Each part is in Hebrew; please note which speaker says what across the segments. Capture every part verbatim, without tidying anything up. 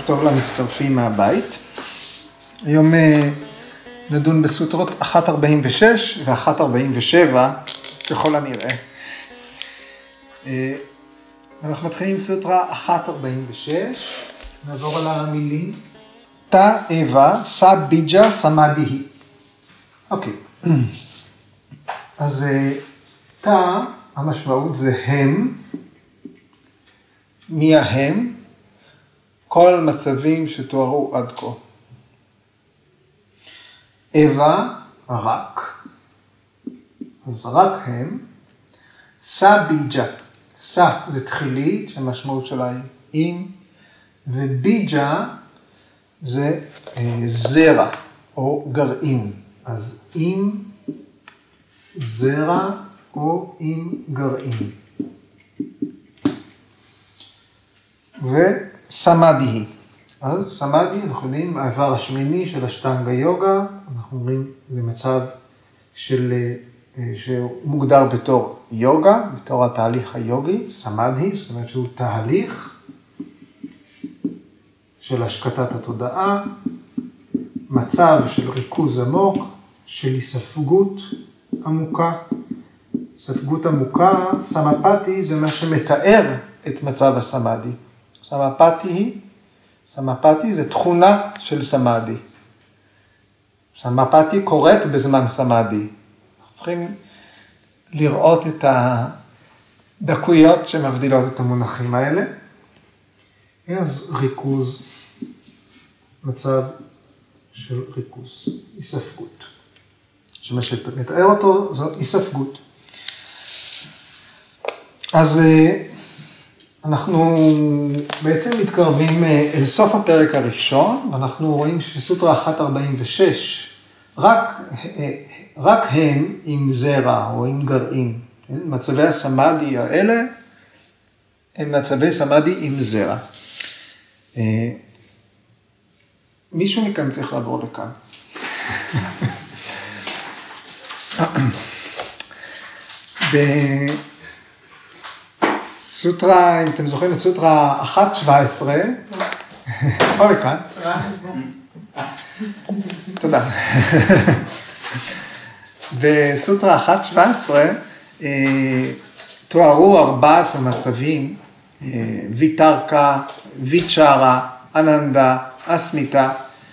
Speaker 1: טוב למצטרפים מהבית. היום נדון בסוטרות אחת ארבעים ושש ו-אחת ארבעים ושבע, ככל הנראה. אנחנו מתחילים עם סוטרה אחת ארבעים ושש, נעבור על המילים. תא אווה סא ביג'ה סמאדי. אוקיי. אז תא, המשמעות זה הם. מי ההם? כל מצבים שתוארו עד כה. אווה, רק. אז רק הם. סא ביג'ה. סא זה תחילית, שהמשמעות שלה היא עם. וביג'ה זה אה, זרע או גרעין. אז עם זרע או עם גרעין. וסמאדי. אז סמאדי, אנחנו יודעים, האיבר השמיני של אשטנגה יוגה, אנחנו אומרים, זה מצב של, שמוגדר בתור יוגה, בתור התהליך היוגי, סמאדי, זאת אומרת שהוא תהליך של השקטת התודעה, מצב של ריכוז עמוק, של היספגות עמוקה. היספגות עמוקה, סמפתי, זה מה שמתאר את מצב הסמאדי. סמפתי היא, סמפתי זה תכונה של סמאדי. סמפתי קורית בזמן סמאדי. אנחנו צריכים לראות את הדקויות שמבדילות את המונחים האלה. אז ריכוז, מצב של ריכוז, היספגות. שמה שמתאר אותו זו היספגות. אז אנחנו בעצם מתקרבים אל סוף הפרק הראשון, ואנחנו רואים שסוטרה אחת ארבעים ושש, רק, רק הם עם זרע או עם גרעין. מצבי הסמאדי האלה הם מצבי סמאדי עם זרע. מישהו מכם צריך לעבור לכאן. בסוטרה, אם אתם זוכרים את סוטרה אחת שבע עשרה, או לכאן. תודה. בסוטרה אחת שבע עשרה תוארו ארבעת המצבים, ויתרקה, ויצ'רה, אננדה, אסמיתה,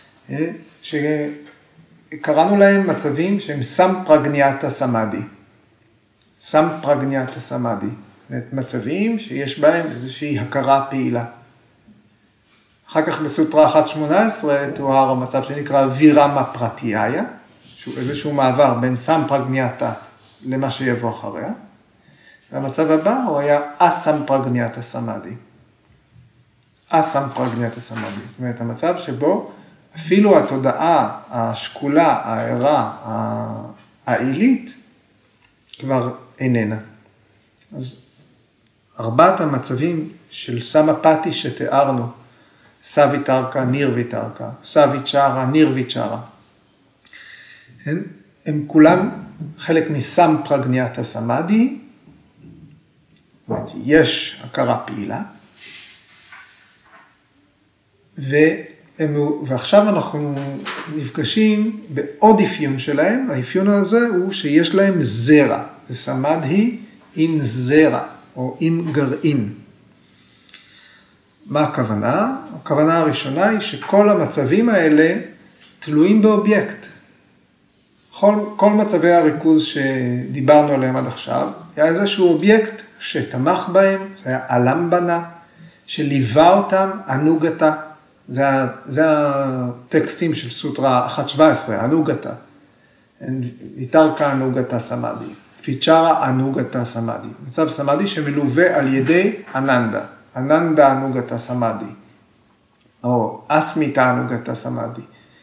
Speaker 1: שקראנו להם מצבים שהם סמפרגניאטה סמאדי. סמפרגניאטה סמאדי. מצבים שיש בהם איזושהי הכרה פעילה. אחר כך בסוטרה אחת שמונה עשרה תואר המצב שנקרא וירמה פרטיהיה, שהוא איזשהו מעבר בין סמפרגניאטה למה שיבוא אחריה. והמצב הבא הוא היה אסמפרגניאטה סמאדי. אסמפרגניאטה סמאדי. זאת אומרת, המצב שבו אפילו התודעה השקולה, הערה, העילית, כבר איננה. אז ארבעת המצבים של סמפתי שתיארנו, סוויתרקה, ניר ויתרקה, סוויצ'רה, ניר ויצ'רה, הם, הם כולם חלק מסמפרגניאטה סמאדי, זאת אומרת, יש הכרה פעילה, והם, ועכשיו אנחנו נפגשים בעוד אפיון שלהם, האפיון הזה הוא שיש להם זרע, זה סמאדי עם זרע או עם גרעין. מה הכוונה? הכוונה הראשונה היא שכל המצבים האלה תלויים באובייקט. כל, כל מצבי הריכוז שדיברנו עליהם עד עכשיו, היה איזשהו אובייקט שתמך בהם, שהיה אלמבנה, שליווה אותם, אנוגתה. זה, זה הטקסטים של סוטרה אחת שבע עשרה, אנוגתה. ויתרקה אנוגתה סמאדי. ויצ'רה אנוגתה סמאדי. מצב סמאדי שמלווה על ידי אננדה. אננדה אנוגתה סמאדי. או אסמיתה אנוגתה סמאדי.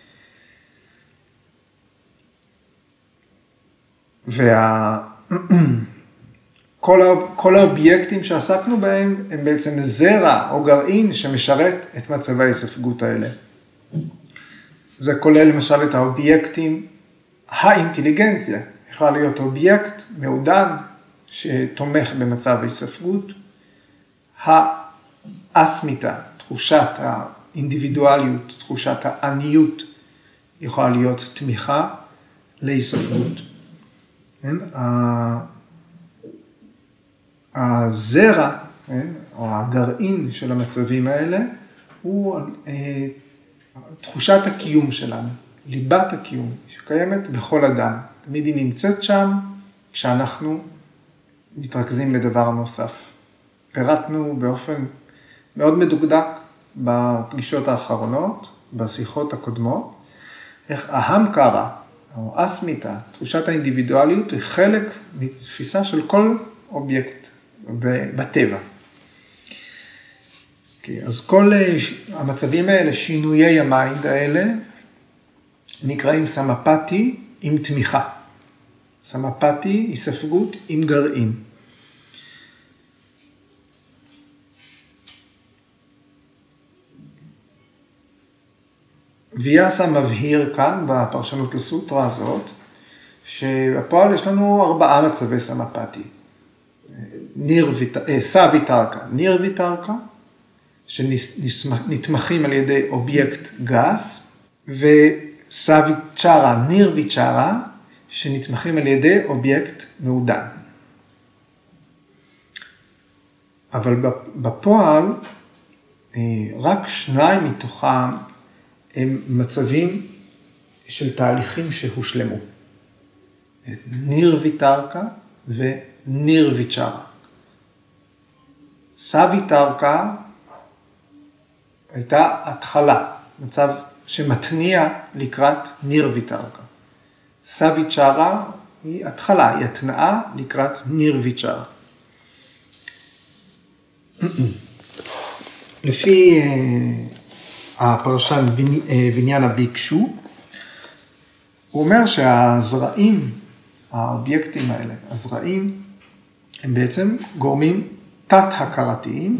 Speaker 1: וה... כל, ה... כל האובייקטים שעסקנו בהם הם בעצם זרע או גרעין שמשרת את מצבי ההיספגות האלה. זה כולל למשל את האובייקטים האינטליגנציה. יכול להיות אובייקט מעודן שתומך במצב ההיספגות. האסמיתה, תחושת האינדיבידואליות, תחושת העניות, יכולה להיות תמיכה להיספגות. כן? הזרע, כן? או הגרעין של המצבים האלה, הוא אה, תחושת הקיום שלנו, ליבת הקיום, שקיימת בכל אדם. תמיד היא נמצאת שם, כשאנחנו מתרכזים בדבר נוסף. פירטנו באופן מאוד מדוקדק בפגישות האחרונות, בשיחות הקודמות, איך ההמקרה, או אסמיתה, תחושת האינדיבידואליות, היא חלק מתפיסה של כל אובייקט בטבע. Okay, אז כל המצבים האלה, שינויי המיינד האלה, נקראים סמפתי עם תמיכה. סמפתי היא ספגות עם גרעין. ויאסה מבהיר כאן בפרשנות לסוטרה הזאת, שהפועל יש לנו ארבעה מצבי סמפתי. סוויתרקה, ניר ויתרקה, שנתמכים על ידי אובייקט גס, וסוויצ'רה, ניר ויצ'רה, שנתמכים על ידי אובייקט מעודן. אבל בפועל, רק שניים מתוכם הם מצבים של תהליכים שהושלמו. ניר ויתרקה וניר ויצ'רה. סוויתרקה הייתה התחלה, מצב שמתניע לקראת ניר ויתרקה. סוויצ'רה היא התחלה, היא התנאה לקראת ניר ויצ'רה. לפי הפרשן ויניאנה ביקשו, הוא אומר שהזרעים, האובייקטים האלה, הזרעים, הם בעצם גורמים תת-הכרתיים,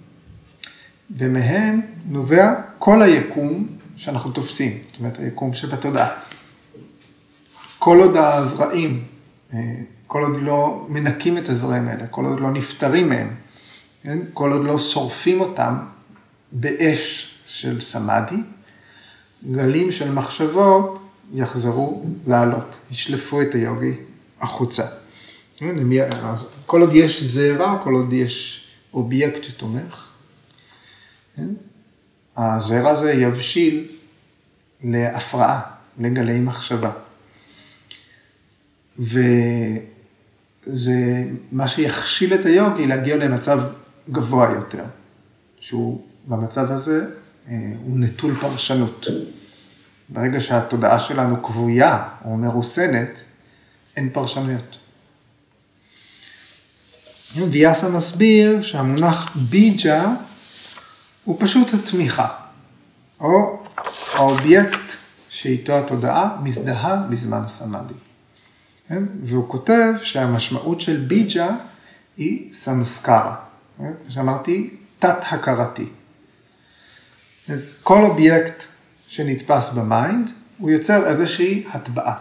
Speaker 1: ומהם נובע כל היקום שאנחנו תופסים, זאת אומרת, היקום שבתודעה. כל עוד הזרעים, כל עוד לא מנקים את הזרעים האלה, כל עוד לא נפטרים מהם, כן? כל עוד לא שורפים אותם באש של סמאדי, גלים של מחשבות יחזרו לעלות, ישלפו את היוגי החוצה. כל עוד יש זרע, כל עוד יש אובייקט שתומך, הזרע הזה יבשיל להפרעה, לגלי מחשבה. וזה מה שיכשיל את היוגי להגיע למצב גבוה יותר, שהוא במצב הזה הוא נטול פרשנות. ברגע שהתודעה שלנו קבויה או מרוסנת, אין פרשנויות. ויאסה מסביר שהמונח ביג'ה הוא פשוט התמיכה, או האובייקט שאיתו התודעה מזדהה בזמן הסמאדי. והוא כותב שהמשמעות של ביג'ה היא סמסקרה. שאמרתי, תת-הכרתי. כל אובייקט שנתפס במיינד, הוא יוצר איזושהי הטבעה.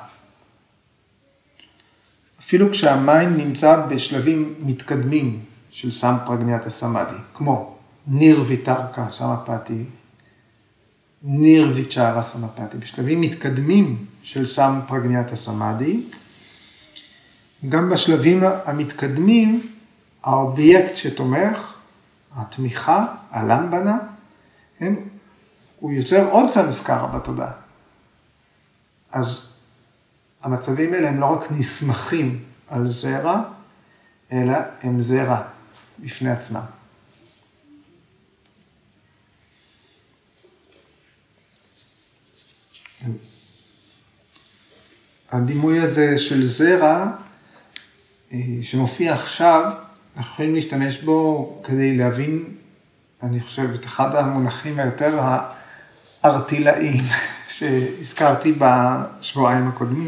Speaker 1: אפילו כשהמיינד נמצא בשלבים מתקדמים של סמפרגניית הסמאדי, כמו ניר ויתרקה סמפתי, ניר ויצ'רה סמפתי, בשלבים מתקדמים של סמפרגניית הסמאדי, גם בשלבים המתקדמים, האובייקט שתומך, התמיכה, הלמבנה, כן? הוא יוצר עוד סמסקרה בתודעה. אז המצבים האלה הם לא רק נסמכים על זרע, אלא הם זרע בפני עצמם. הדימוי הזה של זרע, שמופיע עכשיו, אנחנו יכולים להשתמש בו כדי להבין, אני חושב, את אחד המונחים היותר הארטילאיים שהזכרתי בשבועיים הקודמים.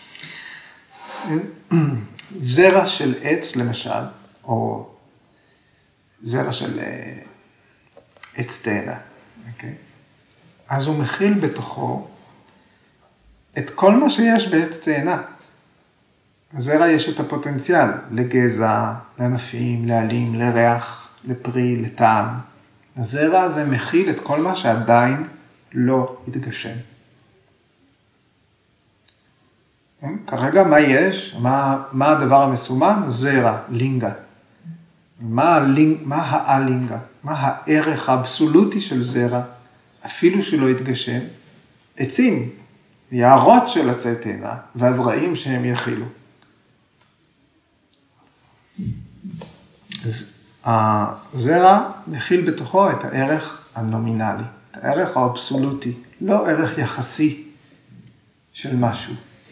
Speaker 1: זרע של עץ, למשל, או זרע של עץ תאנה, אוקיי? אז הוא מכיל בתוכו את כל מה שיש בעץ תאנה. הזרע יש את הפוטנציאל לגזע, לענפים, לעלים, לריח, לפרי, לטעם, הזרע הזה מכיל את כל מה שעדיין לא התגשם. כן? כרגע מה יש? מה, מה הדבר המסומן? זרע, לינגה. מה, הלינג, מה האלינגה? מה הערך האבסולוטי של זרע? אפילו שלא התגשם? עצים, יערות של עצי תאנה, והזרעים שהם יכילו. אז הזרע מכיל בתוכו את הערך הנומינלי, את הערך האבסולוטי, לא ערך יחסי של משהו.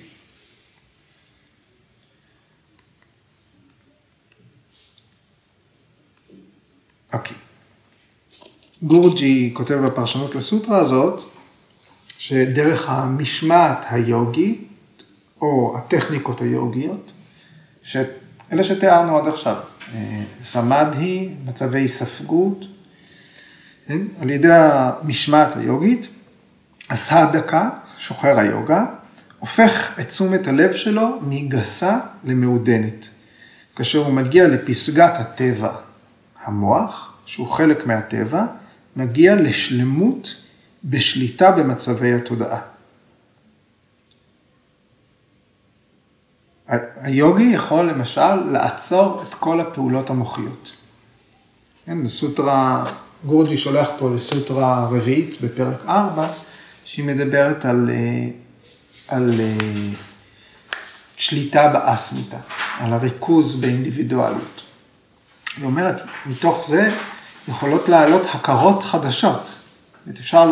Speaker 1: אוקיי. גורג'י כותב בפרשנות לסוטרה הזאת, שדרך המשמעת היוגית, או הטכניקות היוגיות, אלה שתיארנו עד עכשיו, סמדהי, מצבי ספגות, על ידי המשמעת היוגית, הסהדקה, שוחר היוגה, הופך את תשומת הלב שלו מגסה למעודנת. כאשר הוא מגיע לפסגת הטבע, המוח, שהוא חלק מהטבע, מגיע לשלמות בשליטה במצבי התודעה. היוגי יכול למשל לעצור את כל הפעולות המוחיות. כן, לסוטרה, גורג'י שולח פה לסוטרה רביעית בפרק ארבע, שהיא מדברת על, על שליטה באסמיתה, על הריכוז באינדיבידואליות. היא אומרת, מתוך זה יכולות לעלות הכרות חדשות. אפשר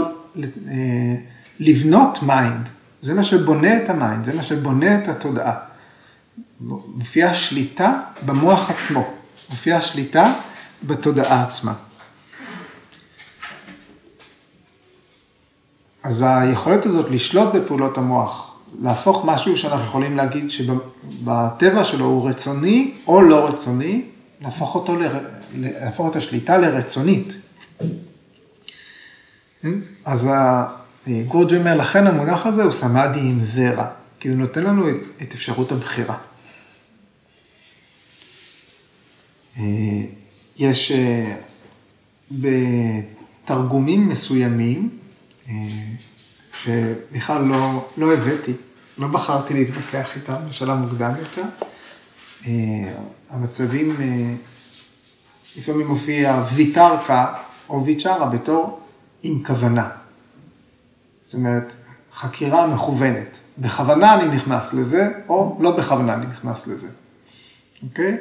Speaker 1: לבנות מיינד, זה מה שבונה את המיינד, זה מה שבונה את התודעה. מופיעה שליטה במוח עצמו, מופיעה שליטה בתודעה עצמה. אז היכולת הזאת לשלוט בפעולות המוח, להפוך משהו שאנחנו יכולים להגיד שבטבע שלו הוא רצוני או לא רצוני, להפוך אותו, להפוך את השליטה לרצונית. אז גורג'י אומר, לכן המונח הזה הוא סמאדי עם זרע, כי הוא נותן לנו את אפשרות הבחירה. יש בתרגומים מסוימים, שבכלל לא, לא הבאתי, לא בחרתי להתווכח איתם בשלב מוקדם יותר. המצבים, לפעמים מופיע ויתרקה או ויצ'רה בתור עם כוונה. זאת אומרת, חקירה מכוונת. בכוונה אני נכנס לזה, או לא בכוונה אני נכנס לזה. אוקיי?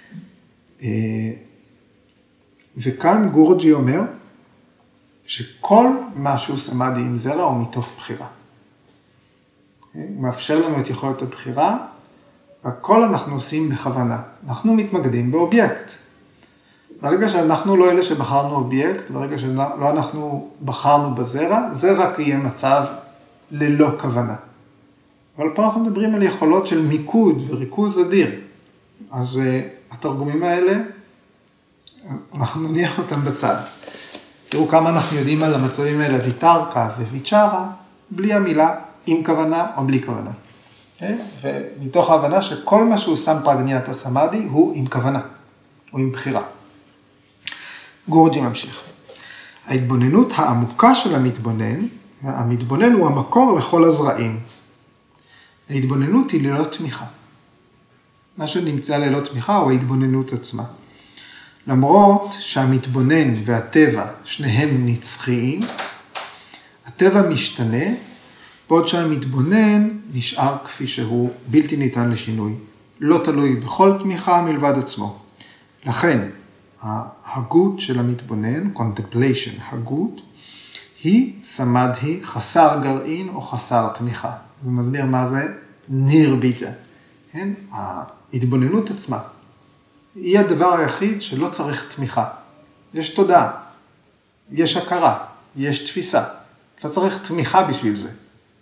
Speaker 1: וכאן גורג'י אומר, שכל מה שהוא סמאדי עם זרע הוא מתוך בחירה. הוא מאפשר לנו את יכולת הבחירה, והכל אנחנו עושים בכוונה. אנחנו מתמקדים באובייקט. ברגע שאנחנו לא אלה שבחרנו אובייקט, ברגע שלא אנחנו בחרנו בזרע, זה רק יהיה מצב ללא כוונה. אבל פה אנחנו מדברים על יכולות של מיקוד וריכוז אדיר. אז uh, התרגומים האלה, אנחנו נניח אותם בצד. תראו כמה אנחנו יודעים על המצבים האלה, ויתרקה וויצ'רה, בלי המילה עם כוונה או בלי כוונה. Okay? ומתוך ההבנה שכל מה שהוא שם פרגניית הסמאדי הוא עם כוונה, הוא עם בחירה. גורג'י ממשיך. ההתבוננות העמוקה של המתבונן, המתבונן הוא המקור לכל הזרעים. ההתבוננות היא ללא תמיכה. מה שנמצא ללא תמיכה הוא ההתבוננות עצמה. למרות שהמתבונן והטבע שניהם נצחיים, הטבע משתנה, בעוד שהמתבונן נשאר כפי שהוא בלתי ניתן לשינוי, לא תלוי בכל תמיכה מלבד עצמו. לכן, ההגות של המתבונן, contemplation, הגות, היא סמאדהי חסר גרעין או חסר תמיכה. זה מסביר מה זה נירביג'ה. כן? ההתבוננות עצמה היא הדבר היחיד שלא צריך תמיכה. יש תודעה, יש הכרה, יש תפיסה. לא צריך תמיכה בשביל זה.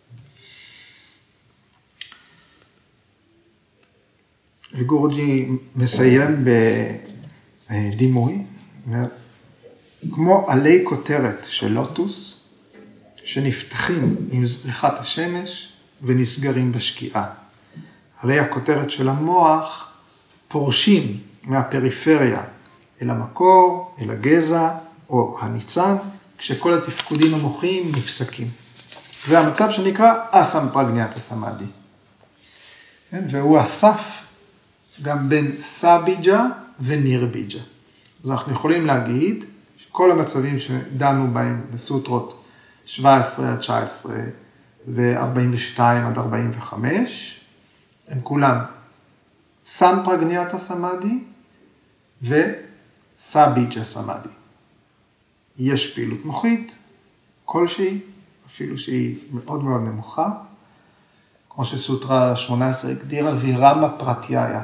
Speaker 1: וגורג'י מסיים בדימוי, כמו עלי כותרת של לוטוס, שנפתחים עם זריחת השמש ונסגרים בשקיעה. עלי הכותרת של המוח פורשים מהפריפריה אל המקור, אל הגזע או הניצן, כשכל התפקודים המוחיים נפסקים. זה המצב שנקרא אסמפרגניאטה סמאדי. והוא הסף גם בין סביג'ה ונירביג'ה. אז אנחנו יכולים להגיד שכל המצבים שדנו בהם בסוטרות שבע עשרה עד תשע עשרה ו-ארבעים ושתיים עד ארבעים וחמש, הם כולם סמפרגניאטה סמאדי וסביג'ה סמאדי. יש פעילות מוחית כלשהי, אפילו שהיא מאוד מאוד נמוכה, כמו שסוטרה שמונה עשרה הגדירה, וירמה פרטיהיה,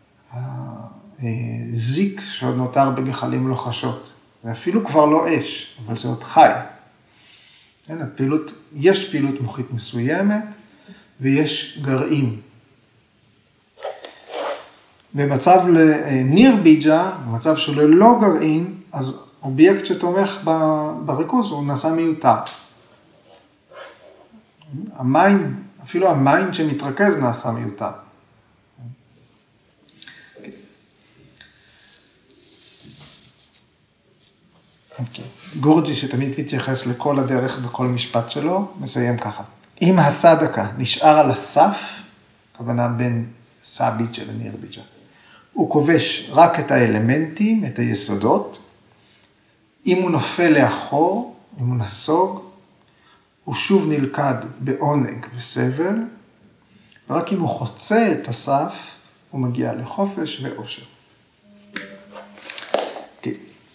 Speaker 1: זיק שעוד נותר בגחלים לוחשות. זה אפילו כבר לא אש, אבל זה עוד חי. כן, הפעילות, יש פעילות מוחית מסוימת, ויש גרעין. במצב לנירביג'ה, במצב שלו לא גרעין, אז אובייקט שתומך בריכוז הוא נעשה מיותר. המים, אפילו המים שמתרכז נעשה מיותר. אוקיי. גורג'י שתמיד מתייחס לכל הדרך בכל משפט שלו, מסיים ככה. אם הסדקה נשאר על הסף, הכוונה בין סביג'ה לנירביג'ה, הוא כובש רק את האלמנטים, את היסודות. אם הוא נופל לאחור, אם הוא נסוג, הוא שוב נלכד בעונג וסבל, ורק אם הוא חוצה את הסף, הוא מגיע לחופש ואושר. Okay.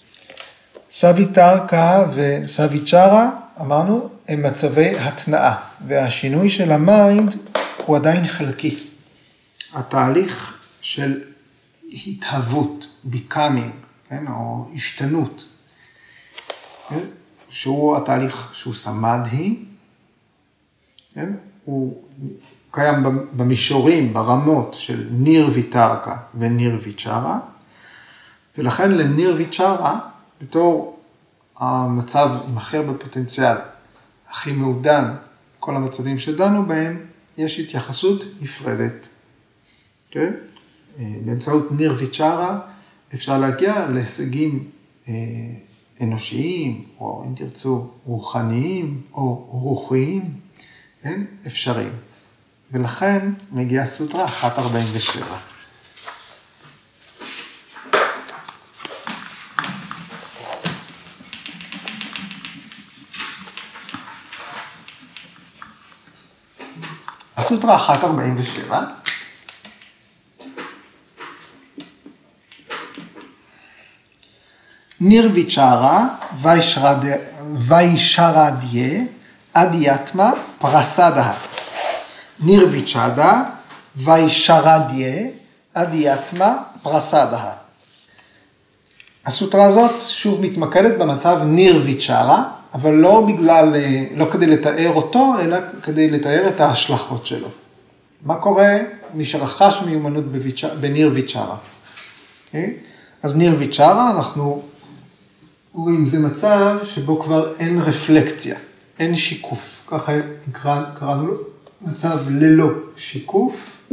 Speaker 1: סביטרקה וסביצ'רה, אמרנו, הם מצבי התנאה, והשינוי של המיינד הוא עדיין חלקי. התהליך של התהוות, becoming, כן, או השתנות, כן, שהוא התהליך שהוא סמאדהי, כן, הוא קיים במישורים, ברמות של נירוויטרקה ונירוויצ'רה, ולכן לנירוויצ'רה, בתור המצב עם הכי הרבה פוטנציאל, הכי מעודן, כל המצבים שדנו בהם, יש התייחסות נפרדת. כן? באמצעות נירוויצ'רה אפשר להגיע להישגים אנושיים, או אם תרצו, רוחניים או רוחיים, כן? אפשריים. ולכן מגיעה סוטרה אחת ארבעים ושבע. הסוטרה אחת ארבעים ושבע, נירוויצ'רה ויישרדיה אדיאטמה פרסדה. נירוויצ'דה ויישרדיה אדיאטמה פרסדה. הסוטרה הזאת שוב מתמקדת במצב נירוויצ'רה, אבל לא בגלל, לא כדי לתאר אותו, אלא כדי לתאר את ההשלכות שלו. מה קורה? מי שרכש מיומנות בנירוויצ'רה. Okay? אז נירוויצ'רה, אנחנו רואים, זה מצב שבו כבר אין רפלקציה, אין שיקוף. ככה נקרא, קראנו לו, מצב ללא שיקוף.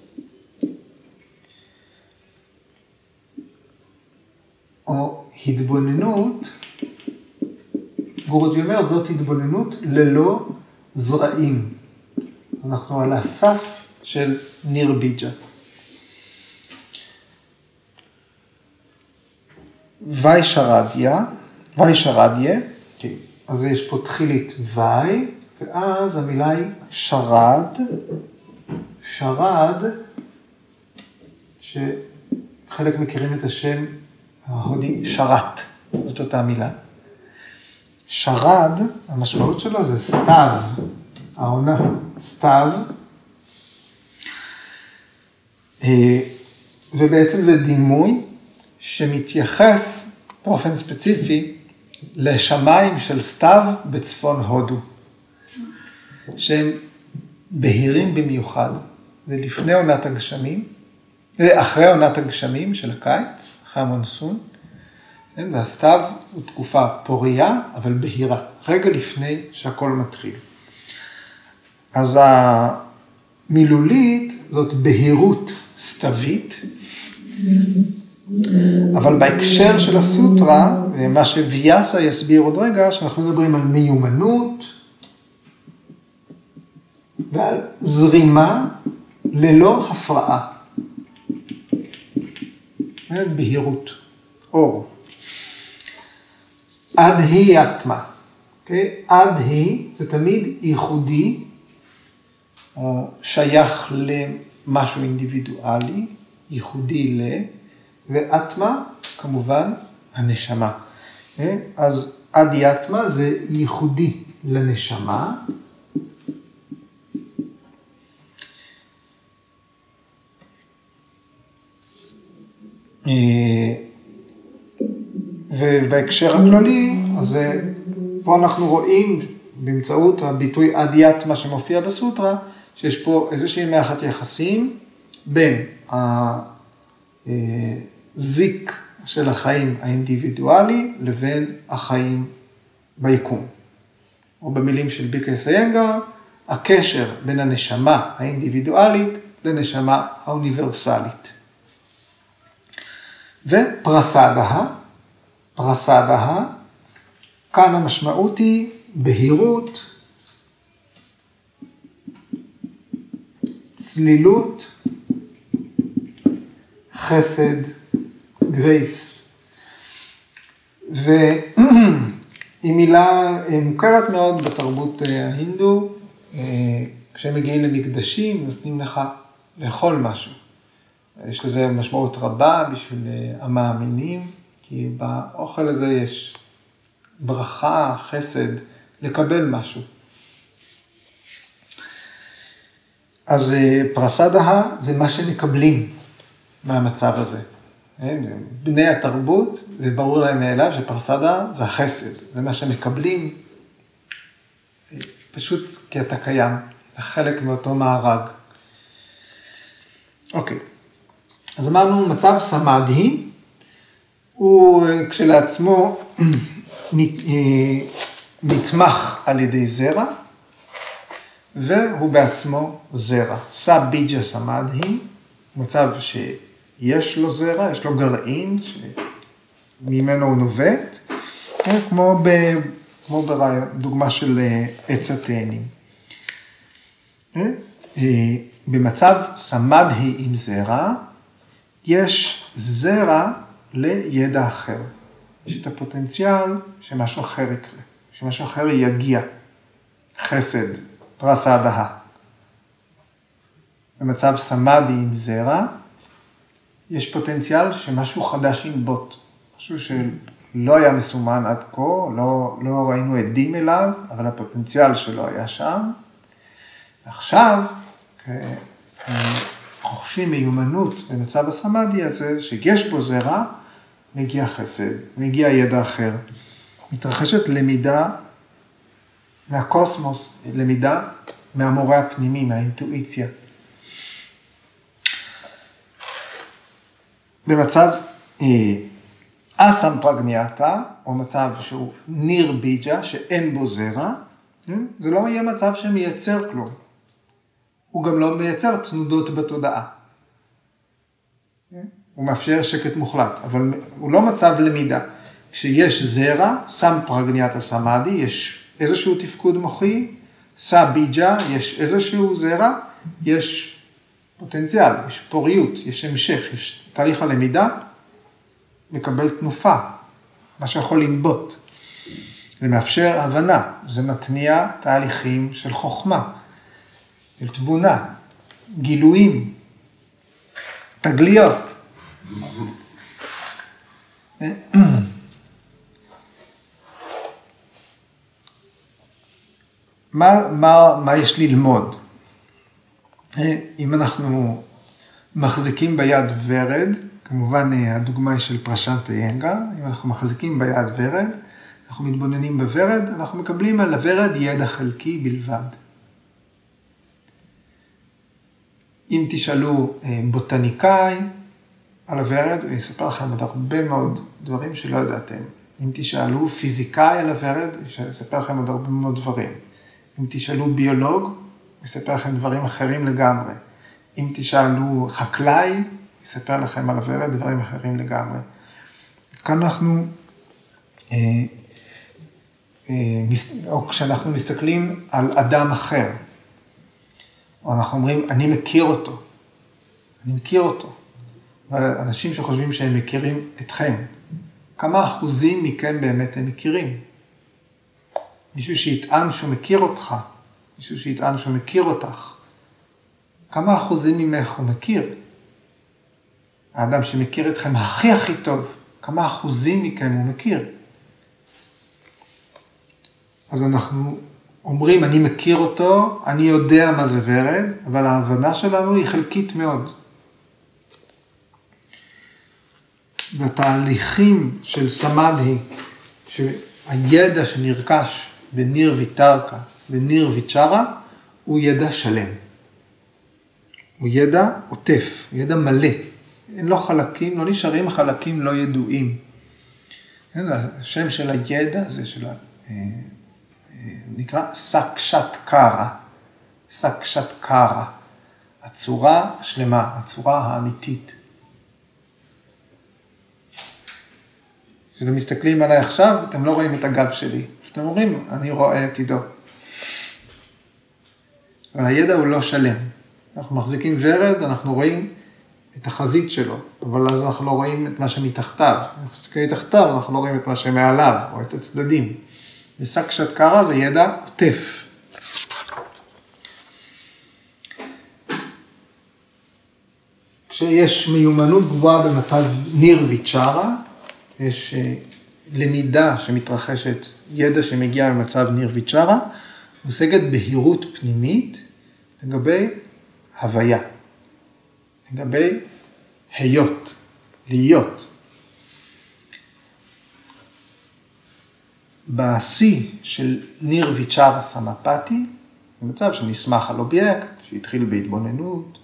Speaker 1: או התבוננות, גורג'י אומר, זאת התבוננות ללא זרעים. אנחנו על הסף של נירביג'ה. ויישרדיה, ויישרדיה, okay. אז יש פה תחילית ווי, ואז המילה היא שרד, שרד, שחלק מכירים את השם ההודי, שרת, זאת אותה מילה. שרד, המשמעות שלו זה סתיו, העונה, סתיו, ובעצם זה דימוי שמתייחס באופן ספציפי לשמיים של סתיו בצפון הודו, שהם בהירים במיוחד, זה לפני עונת הגשמים, זה אחרי עונת הגשמים של הקיץ, אחרי המונסון, והסתיו הוא תקופה פוריה, אבל בהירה, רגע לפני שהכל מתחיל. אז המילולית זאת בהירות סתווית, אבל בהקשר של הסוטרה, מה שוויאסה יסביר עוד רגע, שאנחנו מדברים על מיומנות ועל זרימה ללא הפרעה. בהירות, אור. עד היא אטמה. Okay? עד היא זה תמיד ייחודי, או שייך למשהו אינדיבידואלי, ייחודי ל... ואטמה, כמובן, הנשמה. Okay? אז עד היא אטמה זה ייחודי לנשמה. ובהקשר הכללי, אז פה אנחנו רואים באמצעות הביטוי אדיאטמה שמופיע בסוטרה, שיש פה איזושהי מערכת יחסים בין הזיק של החיים האינדיבידואלי לבין החיים ביקום. או במילים של ביקס איינגר, הקשר בין הנשמה האינדיבידואלית לנשמה האוניברסלית. ופרסדה, פרסדה, כאן המשמעות היא בהירות, צלילות, חסד, גרייס. והיא מילה מוכרת מאוד בתרבות ההינדו, כשהם מגיעים למקדשים, נותנים לך לאכול משהו. יש לזה משמעות רבה בשביל המאמינים, כי באוכל הזה יש ברכה, חסד, לקבל משהו. אז פרסדה זה מה שמקבלים מהמצב הזה. בני התרבות, זה ברור להם מאליו שפרסדה זה החסד, זה מה שמקבלים, פשוט כי אתה קיים, אתה חלק מאותו מארג. אוקיי. אז אמרנו, מצב סמאדהי, הוא כשלעצמו נתמך על ידי זרע, והוא בעצמו זרע. סביג'ה סמאדהי, מצב שיש לו זרע, יש לו גרעין, שממנו הוא נובט, כמו, ב, כמו בדוגמה של עץ התאנים. במצב סמאדהי עם זרע, יש זרע לידע אחר. יש את הפוטנציאל שמשהו אחר יקרה, שמשהו אחר יגיע. חסד, פרסדה. במצב סמאדי עם זרע, יש פוטנציאל שמשהו חדש ינבוט. משהו שלא היה מסומן עד כה, לא, לא ראינו עדים אליו, אבל הפוטנציאל שלו היה שם. עכשיו, רוכשים מיומנות במצב הסמאדי הזה, שיש בו זרע, מגיע חסד, מגיע ידע אחר. מתרחשת למידה מהקוסמוס, למידה מהמורה הפנימי, מהאינטואיציה. במצב אסמפרגניאטה, או מצב שהוא ניר ביג'ה, שאין בו זרע, זה לא יהיה מצב שמייצר כלום. הוא גם לא מייצר תנודות בתודעה. הוא מאפשר שקט מוחלט, אבל הוא לא מצב למידה. כשיש זרע, סמפרגניאטה סמאדי, יש איזשהו תפקוד מוחי, סביג'ה, יש איזשהו זרע, יש פוטנציאל, יש פוריות, יש המשך, יש תהליך הלמידה, מקבל תנופה, מה שיכול לנבוט. זה מאפשר הבנה, זה מתניע תהליכים של חוכמה, של תבונה, גילויים, תגליות. מה, מה, מה יש ללמוד? אם אנחנו מחזיקים ביד ורד, כמובן הדוגמה היא של פרשנטה איינגר, אם אנחנו מחזיקים ביד ורד, אנחנו מתבוננים בוורד, אנחנו מקבלים על הוורד ידע חלקי בלבד. אם תשאלו בוטניקאי על הוורד, הוא יספר לכם עוד הרבה מאוד דברים שלא ידעתם. אם תשאלו פיזיקאי על הוורד, הוא יספר לכם עוד הרבה מאוד דברים. אם תשאלו ביולוג, הוא יספר לכם דברים אחרים לגמרי. אם תשאלו חקלאי, הוא יספר לכם על הוורד, דברים אחרים לגמרי. כאן אנחנו, אה, אה, או כשאנחנו מסתכלים על אדם אחר, או אנחנו אומרים, אני מכיר אותו, אני מכיר אותו. אבל אנשים שחושבים שהם מכירים אתכם, כמה אחוזים מכם באמת הם מכירים? מישהו שיטען שהוא מכיר אותך, מישהו שיטען שהוא מכיר אותך, כמה אחוזים ממך הוא מכיר? האדם שמכיר אתכם הכי הכי טוב, כמה אחוזים מכם הוא מכיר? אז אנחנו אומרים, אני מכיר אותו, אני יודע מה זה ורד, אבל ההבנה שלנו היא חלקית מאוד. והתהליכים של סמאדהי, שהידע שנרכש בניר ויתרקה וניר ויצ'רה, הוא ידע שלם. הוא ידע עוטף, הוא ידע מלא. אין לו חלקים, לא נשארים חלקים לא ידועים. השם של הידע הזה של ה... נקרא סקשת קרה. סקשת קרה. הצורה השלמה, הצורה האמיתית. כשאתם מסתכלים עליי עכשיו, אתם לא רואים את הגב שלי. כשאתם אומרים, אני רואה את עידו. אבל הידע הוא לא שלם. אנחנו מחזיקים ורד, אנחנו רואים את החזית שלו, אבל אז אנחנו לא רואים את מה שמתחתיו. אנחנו מסתכלים מתחתיו, אנחנו לא רואים את מה שמעליו, או את הצדדים. וסקשת קרה זה ידע עוטף. כשיש מיומנות גבוהה במצב ניר ויצ'רה, יש למידה שמתרחשת, ידע שמגיע במצב ניר ויצ'רה, מושגת בהירות פנימית לגבי הוויה, לגבי היות, להיות. בשיא של ניר ויצ'רה סמפתי, במצב שנסמך על אובייקט, שהתחיל בהתבוננות,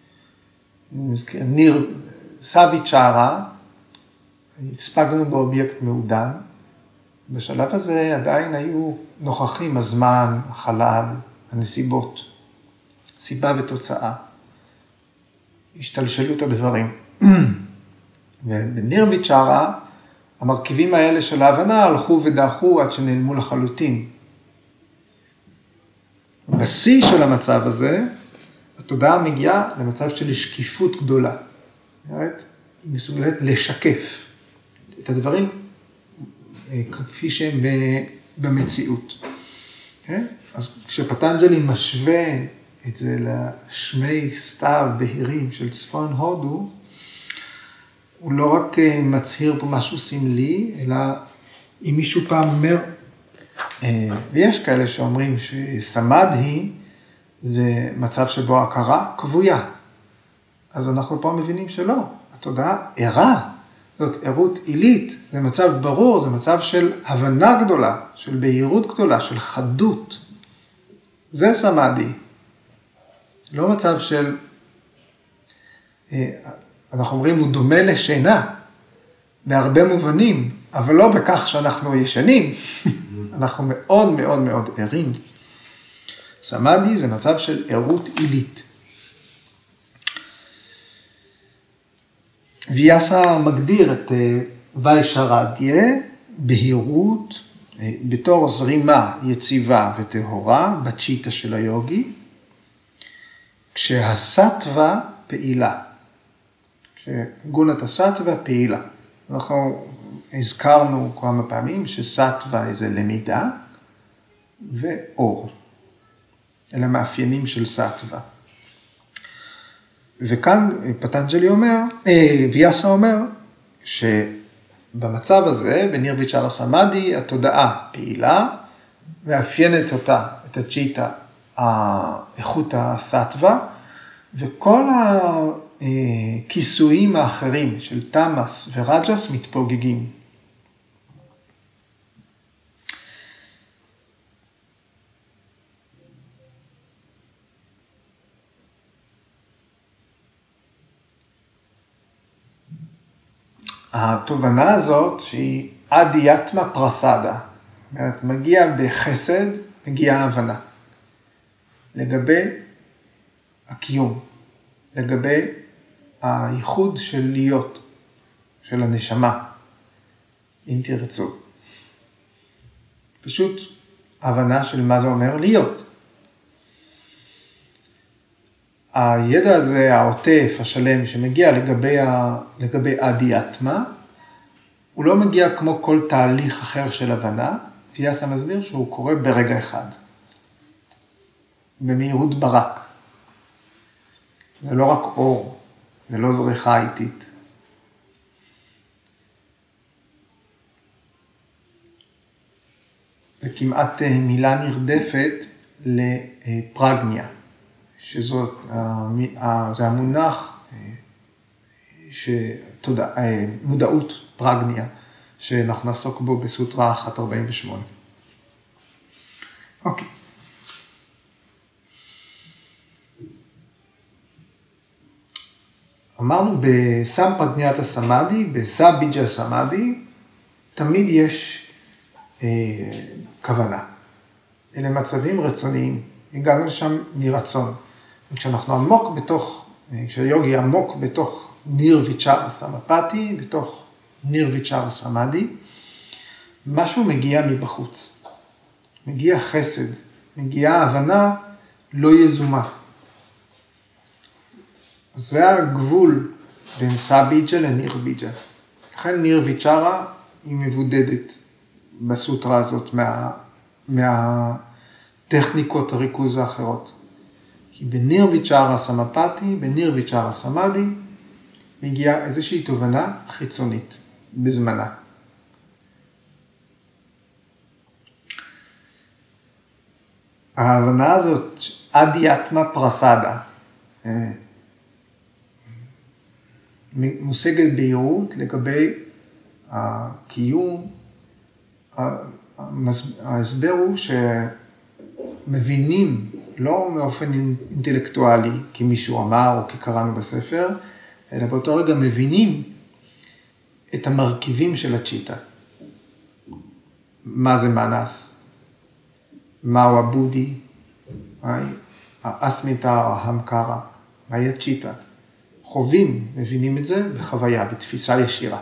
Speaker 1: ניר סוויצ'רה, הספקנו באובייקט מעודן, בשלב הזה עדיין היו נוכחים הזמן, החלל, הנסיבות, סיבה ותוצאה, השתלשלות הדברים. ובניר ויצ'רה, המרכיבים האלה של ההבנה הלכו ודעכו עד שנעלמו לחלוטין. בשיא של המצב הזה, התודעה מגיעה למצב של שקיפות גדולה. היא מסוגלת לשקף את הדברים כפי שהם במציאות. אז כשפטנג'לי משווה את זה לשמי סתיו בהירים של צפון הודו, הוא לא רק מצהיר פה משהו סמלי, אלא אם מישהו פעם אומר, ויש כאלה שאומרים שסמאדהי זה מצב שבו הכרה קבויה. אז אנחנו פה מבינים שלא, התודעה ערה, זאת ערות עילית, זה מצב ברור, זה מצב של הבנה גדולה, של בהירות גדולה, של חדות. זה סמאדהי. לא מצב של, אנחנו אומרים, הוא דומה לשינה, בהרבה מובנים, אבל לא בכך שאנחנו ישנים, אנחנו מאוד מאוד מאוד ערים. סמאדהי זה מצב של ערות עילית. ויאסה מגדיר את ויישרדיה, בהירות, בתור זרימה יציבה וטהורה, בצ'יטה של היוגי, כשהסטווה פעילה. כשגונת הסטווה פעילה. אנחנו הזכרנו כמה פעמים שסטווה זה למידה ואור. אלה מאפיינים של סטווה. וכאן פטנג'לי אומר, ויאסה אומר, שבמצב הזה, בניר ויצ'רה סמאדהי, התודעה פעילה, מאפיינת אותה, את הצ'יטה, האיכות הסטווה, וכל הכיסויים האחרים של תמאס ורג'ס מתפוגגים. התובנה הזאת שהיא אדיאטמה פרסדה, זאת אומרת, מגיע בחסד, מגיעה הבנה. לגבי הקיום, לגבי הייחוד של להיות, של הנשמה, אם תרצו. פשוט הבנה של מה זה אומר להיות. הידע הזה, העוטף, השלם, שמגיע לגבי, ה... לגבי אדיאטמה, הוא לא מגיע כמו כל תהליך אחר של הבנה, ויאסה מסביר שהוא קורה ברגע אחד, במהירות ברק. זה לא רק אור, זה לא זריחה איטית. זה כמעט מילה נרדפת לפרגניה, שזאת, זה המונח, שתודע, מודעות פרגניה, שאנחנו נעסוק בו בסוטרה אחת ארבעים ושמונה. אוקיי. אמרנו בסמפרגניית הסמאדי, בסאביג'ה סמאדי, תמיד יש אה, כוונה. אלה מצבים רצוניים. הגענו לשם מרצון. וכשאנחנו עמוק בתוך, כשיוגי עמוק בתוך ניר ויצ'רה סמפתי, בתוך ניר ויצ'רה סמאדי, משהו מגיע מבחוץ. מגיע חסד, מגיעה הבנה לא יזומה. זה הגבול בין סאביג'ה לניר ויצ'רה. לכן ניר ויצ'רה היא מבודדת בסוטרה הזאת מה, מהטכניקות הריכוז האחרות. כי בניר ויצ'רה סמפתי, בניר ויצ'רה סמאדי, מגיעה איזושהי תובנה חיצונית בזמנה. ההבנה הזאת, אדיאטמה פרסדה, מושגת בהירות לגבי הקיום. ההסבר הוא שמבינים, לא מאופן אינטלקטואלי, כי מישהו אמר או כי קראנו בספר, אלא באותו רגע מבינים את המרכיבים של הצ'יטה. מה זה מנס? מהו הבודי? האסמיתה או ההמקרה? מהי הצ'יטה? חווים, מבינים את זה בחוויה, בתפיסה ישירה.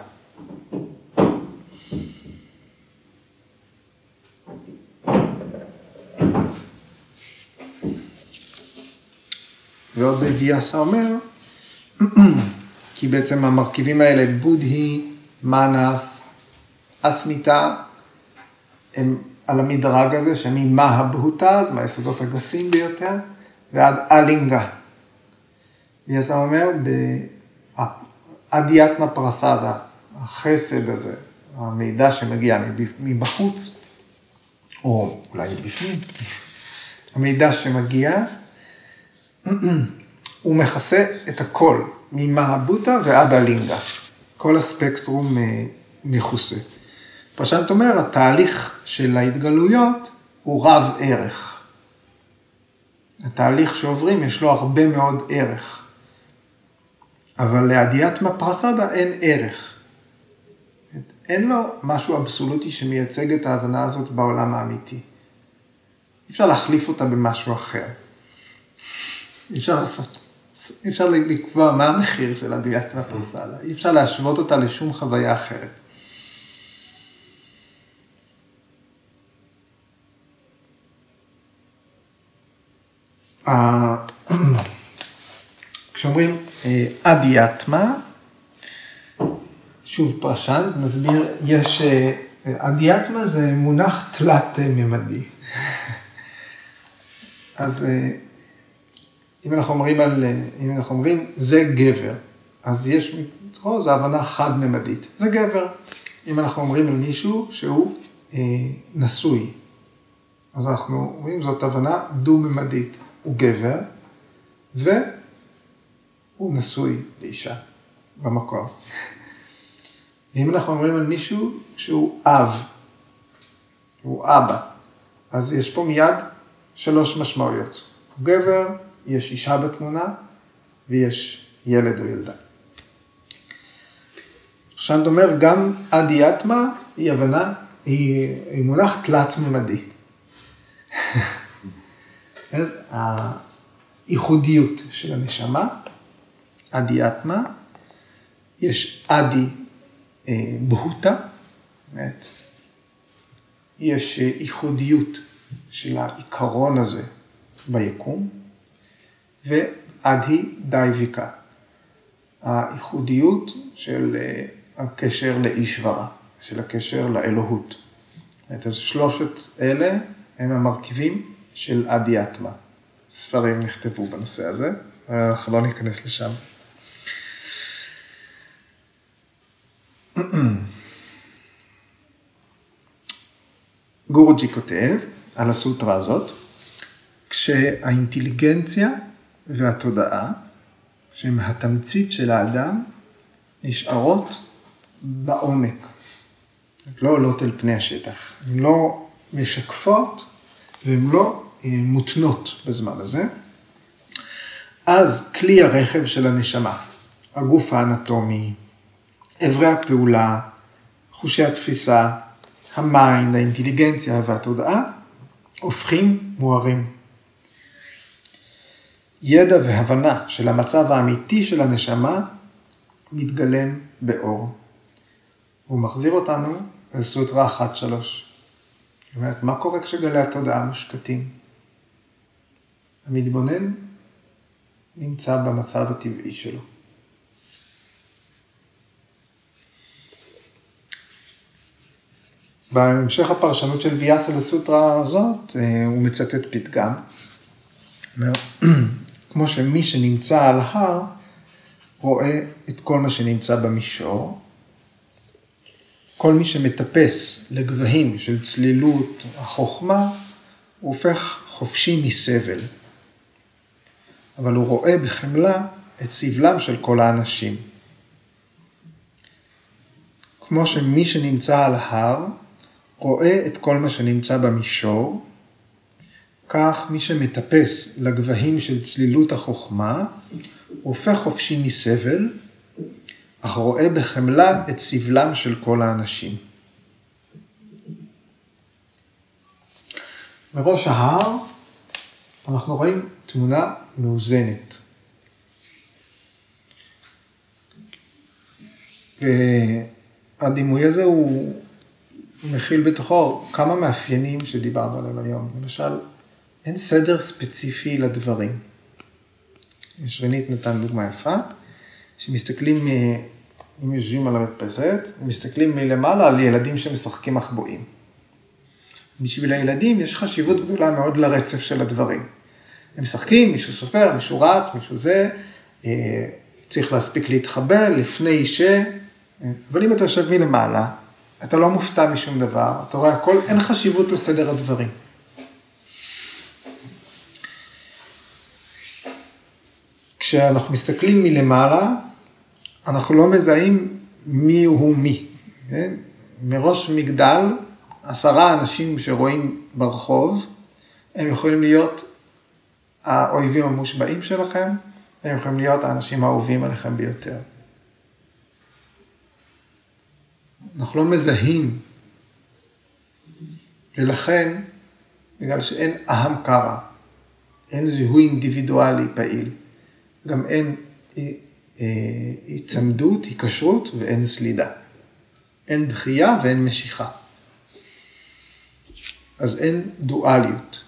Speaker 1: ועוד ויאסה אומר, כי בעצם המרכיבים האלה, בודהי, מנס, אסמיתה, הם על המדרג הזה, שממה הבהותה, זה מהיסודות הגסים ביותר, ועד אלינגה. ויאסה אומר, באדיאטמה פרסדה, החסד הזה, המידע שמגיע מבחוץ, או אולי מבפנים, המידע שמגיע, הוא מכסה את הכל, ממהבוטה ועד הלינגה. כל הספקטרום מכוסה. פרשנת אומר, התהליך של ההתגלויות הוא רב ערך. התהליך שעוברים יש לו הרבה מאוד ערך. אבל לאדיאטמה פרסדה אין ערך. אין לו משהו אבסולוטי שמייצג את ההבנה הזאת בעולם האמיתי. אי אפשר להחליף אותה במשהו אחר. אי אפשר לעשות, אי אפשר לקבוע מה המחיר של אדיאטמה פרסדה. אי אפשר להשוות אותה לשום חוויה אחרת. כשאומרים אדיאטמה, שוב פרשן, מסביר, יש, אדיאטמה זה מונח תלת ממדי. אז אם אנחנו אומרים על, אם אנחנו אומרים, זה גבר, אז יש, זו הבנה חד ממדית, זה גבר. אם אנחנו אומרים על מישהו שהוא אה, נשוי, אז אנחנו אומרים, זאת הבנה דו-ממדית, הוא גבר, והוא נשוי לאישה, במקור. ואם אנחנו אומרים על מישהו שהוא אב, הוא אבא, אז יש פה מיד שלוש משמעויות. הוא גבר, יש אישה בתמונה, ויש ילד או ילדה. עכשיו אני אומר, גם אדיאטמה היא הבנה, היא, היא מונח תלת-ממדי. הייחודיות של הנשמה, אדיאטמה, יש אדי אה, בהוטה, באמת, יש ייחודיות של העיקרון הזה ביקום, ואדי דייביקה, הייחודיות של הקשר לאישברה, של הקשר לאלוהות. אז שלושת אלה הם המרכיבים של אדיאטמה. ספרים נכתבו בנושא הזה, אנחנו לא ניכנס לשם. גורג'י כותב על הסוטרה הזאת, כשהאינטליגנציה והתודעה, שהן התמצית של האדם, נשארות בעומק, לא עולות אל פני השטח, הן לא משקפות והן לא מותנות בזמן הזה. אז כלי הרכב של הנשמה, הגוף האנטומי, עברי הפעולה, חושי התפיסה, המיינד, האינטליגנציה והתודעה, הופכים מוארים. ידע והבנה של המצב האמיתי של הנשמה מתגלם באור. הוא מחזיר אותנו אל סוטרה אחת שלוש. זאת אומרת, מה קורה כשגלי התודעה מושקטים? המתבונן נמצא במצב הטבעי שלו. בהמשך הפרשנות של ויאסה לסוטרה הזאת, הוא מצטט פתגם. אומר, כמו שמי שנמצא על הר, רואה את כל מה שנמצא במישור. כל מי שמטפס לגבהים של צלילות החוכמה, הוא הופך חופשי מסבל. אבל הוא רואה בחמלה את סבלם של כל האנשים. כמו שמי שנמצא על ההר, רואה את כל מה שנמצא במישור, כך מי שמטפס לגבהים של צלילות החוכמה, הוא הופך חופשי מסבל, אך רואה בחמלה את סבלם של כל האנשים. מראש ההר אנחנו רואים תמונה מאוזנת. והדימוי הזה הוא מכיל בתוכו כמה מאפיינים שדיברנו עליהם היום. למשל, אין סדר ספציפי לדברים. שרנית נתן דוגמה יפה, שמסתכלים, אם יושבים על המדפסת, מסתכלים מלמעלה על ילדים שמשחקים מחבואים. בשביל הילדים יש חשיבות גדולה מאוד לרצף של הדברים. הם משחקים, מישהו סופר, מישהו רץ, מישהו זה, צריך להספיק להתחבר לפני ש... אבל אם אתה יושב מלמעלה, אתה לא מופתע משום דבר, אתה רואה הכל, אין חשיבות לסדר הדברים. כשאנחנו מסתכלים מלמעלה, אנחנו לא מזהים מי הוא מי. כן? מראש מגדל, עשרה אנשים שרואים ברחוב, הם יכולים להיות האויבים המושבעים שלכם, הם יכולים להיות האנשים האהובים עליכם ביותר. אנחנו לא מזהים, ולכן, בגלל שאין אהם קרא, אין זיהוי אינדיבידואלי פעיל, גם אין הצמדות, היקשרות ואין סלידה. אין דחייה ואין משיכה. אז אין דואליות.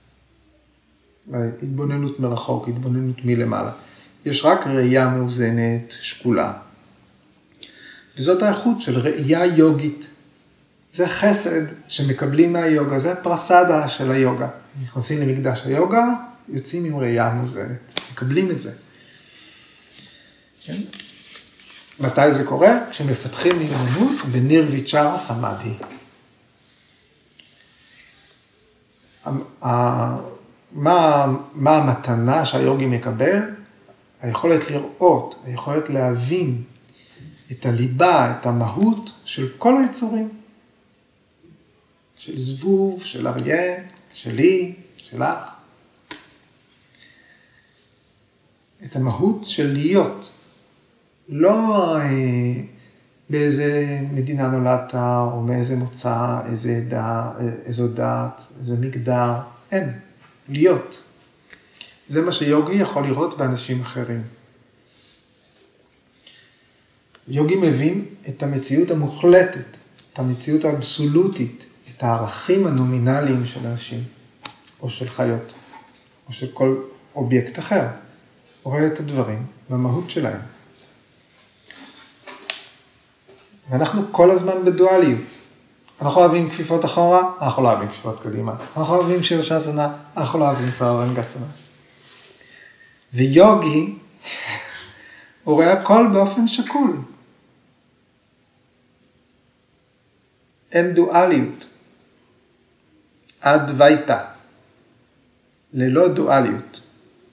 Speaker 1: התבוננות מרחוק, התבוננות מלמעלה. יש רק ראייה מאוזנת, שקולה. וזאת האיכות של ראייה יוגית. זה חסד שמקבלים מהיוגה, זה פרסדה של היוגה. נכנסים למקדש היוגה, יוצאים עם ראייה מאוזנת. מקבלים את זה. כן? מתי זה קורה? כשמפתחים מיומנות בניר ויצ'רה סמאדי. מה, מה המתנה שהיוגי מקבל? היכולת לראות, היכולת להבין את הליבה, את המהות של כל היצורים. של זבוב, של אריה, שלי, שלך. את המהות של להיות. לא אה, באיזה מדינה נולדת, או מאיזה מוצא, איזה עדה, איזו דת, איזה מגדר. אין. להיות. זה מה שיוגי יכול לראות באנשים אחרים. יוגי מבין את המציאות המוחלטת, את המציאות האבסולוטית, את הערכים הנומינליים של אנשים, או של חיות, או של כל אובייקט אחר. הוא רואה את הדברים במהות שלהם. ואנחנו כל הזמן בדואליות. אנחנו אוהבים כפיפות אחורה, אנחנו לא אוהבים כפיפות קדימה. אנחנו אוהבים שירשאסנה, אנחנו לא אוהבים סרבנגסנה. ויוגי, הוא רואה הכל באופן שקול. אין דואליות. אדווייתא. ללא דואליות.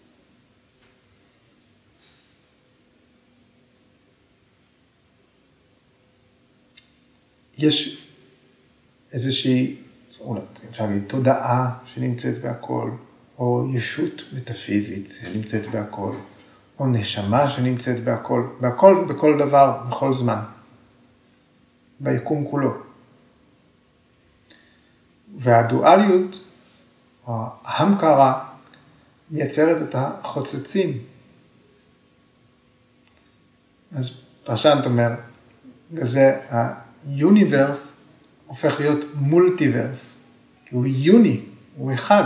Speaker 1: יש איזושהי, אפשר להגיד, תודעה שנמצאת בהכל, או ישות מטאפיזית שנמצאת בהכל, או נשמה שנמצאת בהכל, בהכל ובכל דבר, בכל זמן, ביקום כולו. והדואליות, או ההמקרה, מייצרת את החוצצים. אז פרשנט אומר, זה היוניברס הופך להיות מולטיברס, הוא יוני, הוא אחד.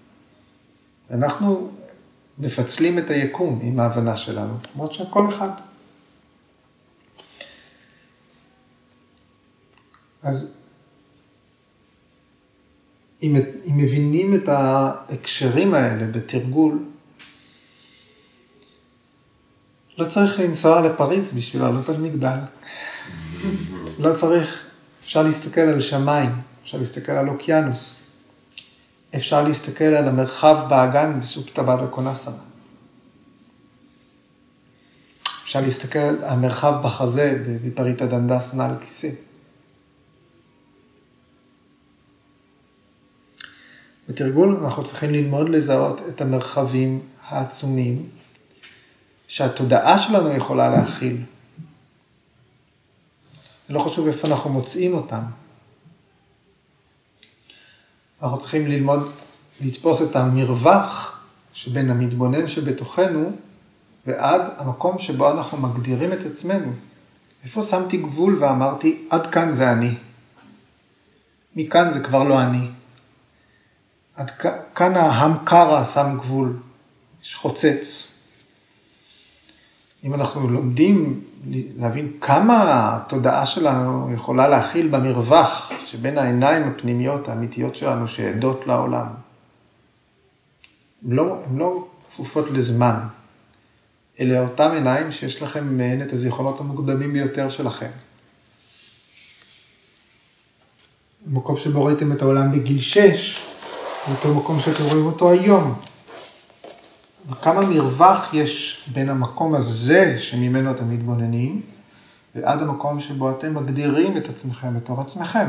Speaker 1: אנחנו מפצלים את היקום עם ההבנה שלנו, כמו שהכל אחד. אז אם, אם מבינים את ההקשרים האלה בתרגול, לא צריך לנסוע לפריז בשביל לעלות על מגדל. לא צריך, אפשר להסתכל על שמיים, אפשר להסתכל על אוקיינוס, אפשר להסתכל על המרחב באגן בסופתא בדא קונאסנה. אפשר להסתכל על המרחב בחזה בפריטא דנדסנה על כיסא. בתרגול אנחנו צריכים ללמוד לזהות את המרחבים העצומים שהתודעה שלנו יכולה להכיל. לא חשוב איפה אנחנו מוצאים אותם. אנחנו צריכים ללמוד, לתפוס את המרווח שבין המתבונן שבתוכנו ועד המקום שבו אנחנו מגדירים את עצמנו. איפה שמתי גבול ואמרתי, עד כאן זה אני. מכאן זה כבר לא אני. עד כאן ההמקרה שם גבול, יש חוצץ. אם אנחנו לומדים להבין כמה התודעה שלנו יכולה להכיל במרווח שבין העיניים הפנימיות האמיתיות שלנו שעדות לעולם. הן לא, הן לא כפופות לזמן, אלה אותם עיניים שיש לכם מהן את הזיכרונות המוקדמים ביותר שלכם. המקום שבו ראיתם את העולם בגיל שש, אותו מקום שאתם רואים אותו היום. וכמה מרווח יש בין המקום הזה שממנו אתם מתבוננים, ועד המקום שבו אתם מגדירים את עצמכם בתור עצמכם.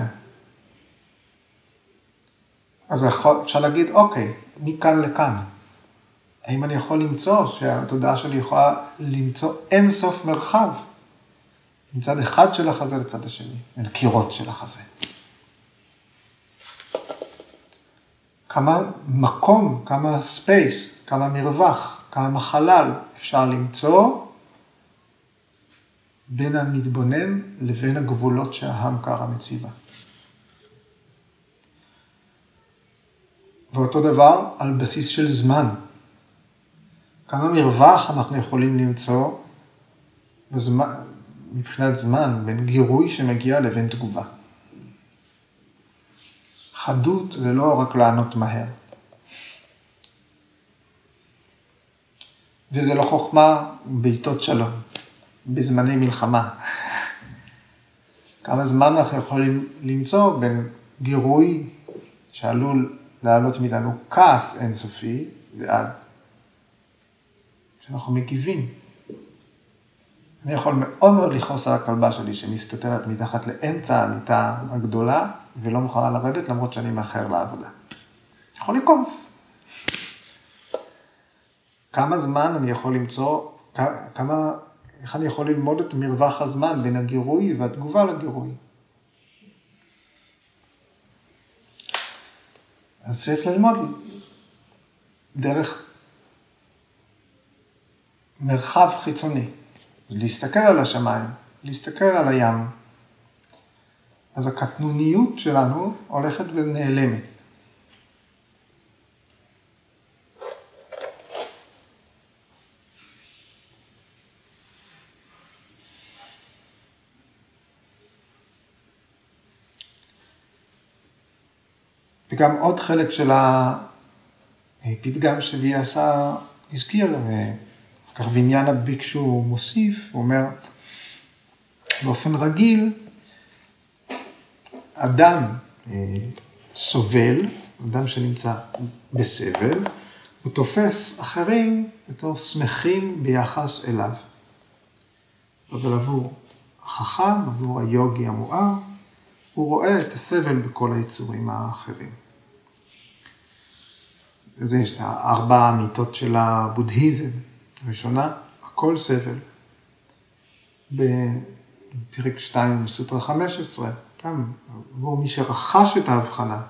Speaker 1: אז אפשר להגיד, אוקיי, מכאן לכאן. האם אני יכול למצוא שהתודעה שלי יכולה למצוא אין סוף מרחב, מצד אחד של החזה לצד השני, בין קירות של החזה. כמה מקום, כמה ספייס, כמה מרווח, כמה חלל אפשר למצוא בין המתבונן לבין הגבולות שההמקרה מציבה. ואותו דבר על בסיס של זמן. כמה מרווח אנחנו יכולים למצוא בזמן, מבחינת זמן, בין גירוי שמגיע לבין תגובה. חדות זה לא רק לענות מהר. וזה לא חוכמה בעיתות שלום, בזמני מלחמה. כמה זמן אנחנו יכולים למצוא בין גירוי שעלול לעלות מאיתנו כעס אינסופי, ועד שאנחנו מגיבים. אני יכול מאוד מאוד לכעוס על הכלבה שלי שמסתתרת מתחת לאמצע המיטה הגדולה, ולא מוכנה לרדת למרות שאני מאחר לעבודה. יכול לכעוס. כמה זמן אני יכול למצוא, כמה, איך אני יכול ללמוד את מרווח הזמן בין הגירוי והתגובה לגירוי. אז צריך ללמוד דרך מרחב חיצוני, להסתכל על השמיים להסתכל על הים. אז הקטנוניות שלנו הולכת ונעלמת. וגם עוד חלק של הפתגם שבי עשה, הזכיר, וכך ויניאנה ביקשו מוסיף, הוא אומר, באופן רגיל, אדם סובל, אדם שנמצא בסבל, הוא תופס אחרים בתור שמחים ביחס אליו. אבל עבור החכם, עבור היוגי המואר, הוא רואה את הסבל בכל היצורים האחרים. וזה יש ארבע האמיתות של הבודהיזם. הראשונה, הכל סבל. בפרק שתיים, סוטרה חמש עשרה, גם עבור מי שרכש את ההבחנה.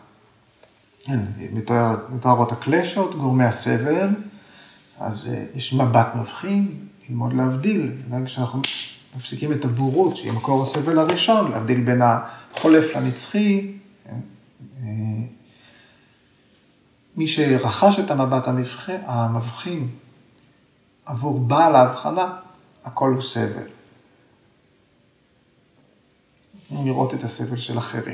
Speaker 1: מתוארות הקלשות, גורמי הסבל, אז יש מבט מבחין, ללמוד להבדיל. כשאנחנו מפסיקים את הבורות, שהיא מקור הסבל הראשון, להבדיל בין החולף לנצחי. מי שרכש את המבט המבחין עבור בעל ההבחנה, הכל הוא סבל. לראות את הסבל של אחרים.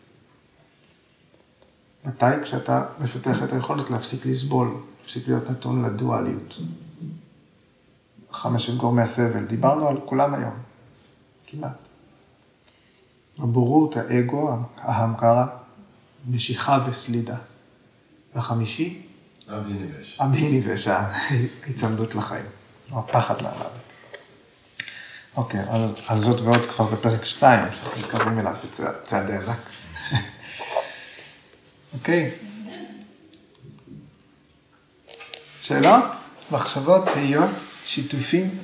Speaker 1: מתי? כשאתה מפתח את היכולת להפסיק לסבול, להפסיק להיות נתון לדואליות. חמשת גורמי הסבל, דיברנו על כולם היום, כמעט. הבורות, האגו, ההמקרה, משיכה וסלידה. והחמישי?
Speaker 2: אביניבש.
Speaker 1: אביניבש, ההצמדות לחיים, או הפחד מהמוות. אוקיי, אז, אז זאת ועוד כבר בפרק שתיים, שאנחנו מתקרבים אליו בצעדי ענק. אוקיי. שאלות, מחשבות, תהיות, שיתופים?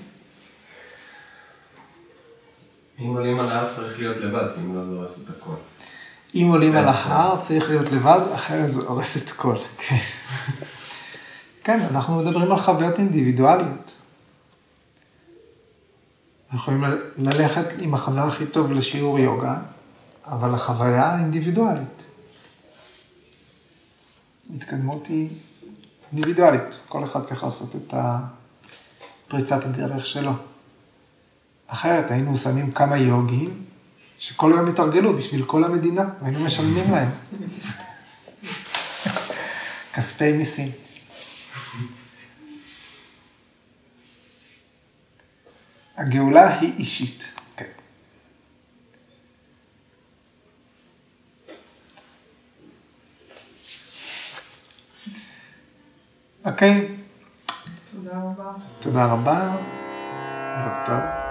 Speaker 2: אם עולים על ההר צריך להיות לבד, כי אם לא זה הורס את הכל.
Speaker 1: אם עולים על ההר צריך להיות לבד, אחרת זה הורס את הכל. כן, אנחנו מדברים על חוויות אינדיבידואליות. אנחנו יכולים ללכת עם החבר הכי טוב לשיעור יוגה, אבל החוויה אינדיבידואלית. התקדמות היא אינדיבידואלית. כל אחד צריך לעשות את פריצת הדרך שלו. אחרת היינו שמים כמה יוגים, שכל היום התארגלו בשביל כל המדינה, והיינו משלמים להם. כספי מיסים. הגאולה היא אישית. כן. אוקיי.
Speaker 3: תודה רבה.
Speaker 1: תודה רבה. ערב טוב.